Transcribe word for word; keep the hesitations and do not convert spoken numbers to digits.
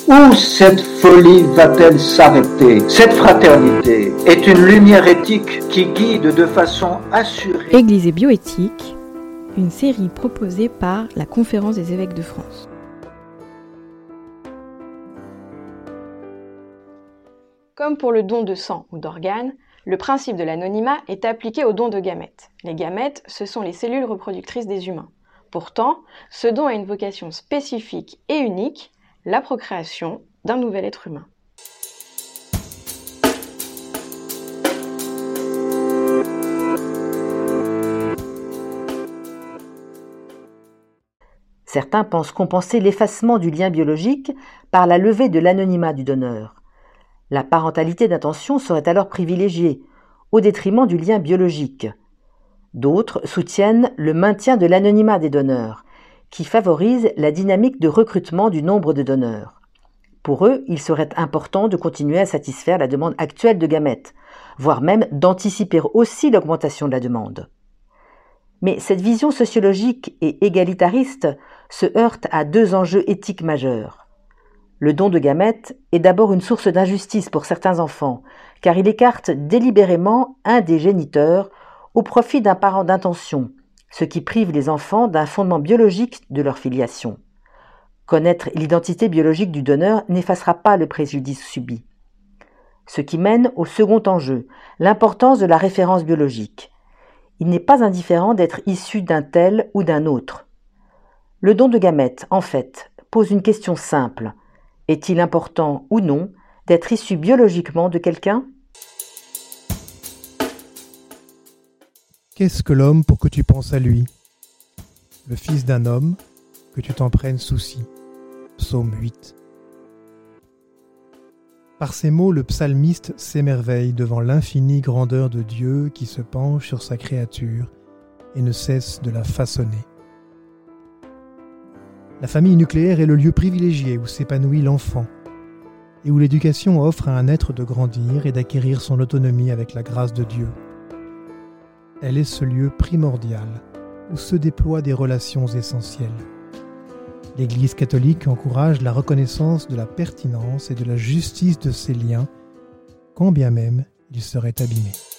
Où cette folie va-t-elle s'arrêter? Cette fraternité est une lumière éthique qui guide de façon assurée. Église et bioéthique, une série proposée par la Conférence des évêques de France. Comme pour le don de sang ou d'organes, le principe de l'anonymat est appliqué au don de gamètes. Les gamètes, ce sont les cellules reproductrices des humains. Pourtant, ce don a une vocation spécifique et unique, la procréation d'un nouvel être humain. Certains pensent compenser l'effacement du lien biologique par la levée de l'anonymat du donneur. La parentalité d'intention serait alors privilégiée, au détriment du lien biologique. D'autres soutiennent le maintien de l'anonymat des donneurs, qui favorise la dynamique de recrutement du nombre de donneurs. Pour eux, il serait important de continuer à satisfaire la demande actuelle de gamètes, voire même d'anticiper aussi l'augmentation de la demande. Mais cette vision sociologique et égalitariste se heurte à deux enjeux éthiques majeurs. Le don de gamètes est d'abord une source d'injustice pour certains enfants, car il écarte délibérément un des géniteurs au profit d'un parent d'intention, ce qui prive les enfants d'un fondement biologique de leur filiation. Connaître l'identité biologique du donneur n'effacera pas le préjudice subi. Ce qui mène au second enjeu, l'importance de la référence biologique. Il n'est pas indifférent d'être issu d'un tel ou d'un autre. Le don de gamètes, en fait, pose une question simple. Est-il important ou non d'être issu biologiquement de quelqu'un ? Qu'est-ce que l'homme pour que tu penses à lui ? Le fils d'un homme, que tu t'en prennes souci. Psaume huit. Par ces mots, le psalmiste s'émerveille devant l'infinie grandeur de Dieu qui se penche sur sa créature et ne cesse de la façonner. La famille nucléaire est le lieu privilégié où s'épanouit l'enfant et où l'éducation offre à un être de grandir et d'acquérir son autonomie avec la grâce de Dieu. Elle est ce lieu primordial où se déploient des relations essentielles. L'Église catholique encourage la reconnaissance de la pertinence et de la justice de ces liens, quand bien même ils seraient abîmés.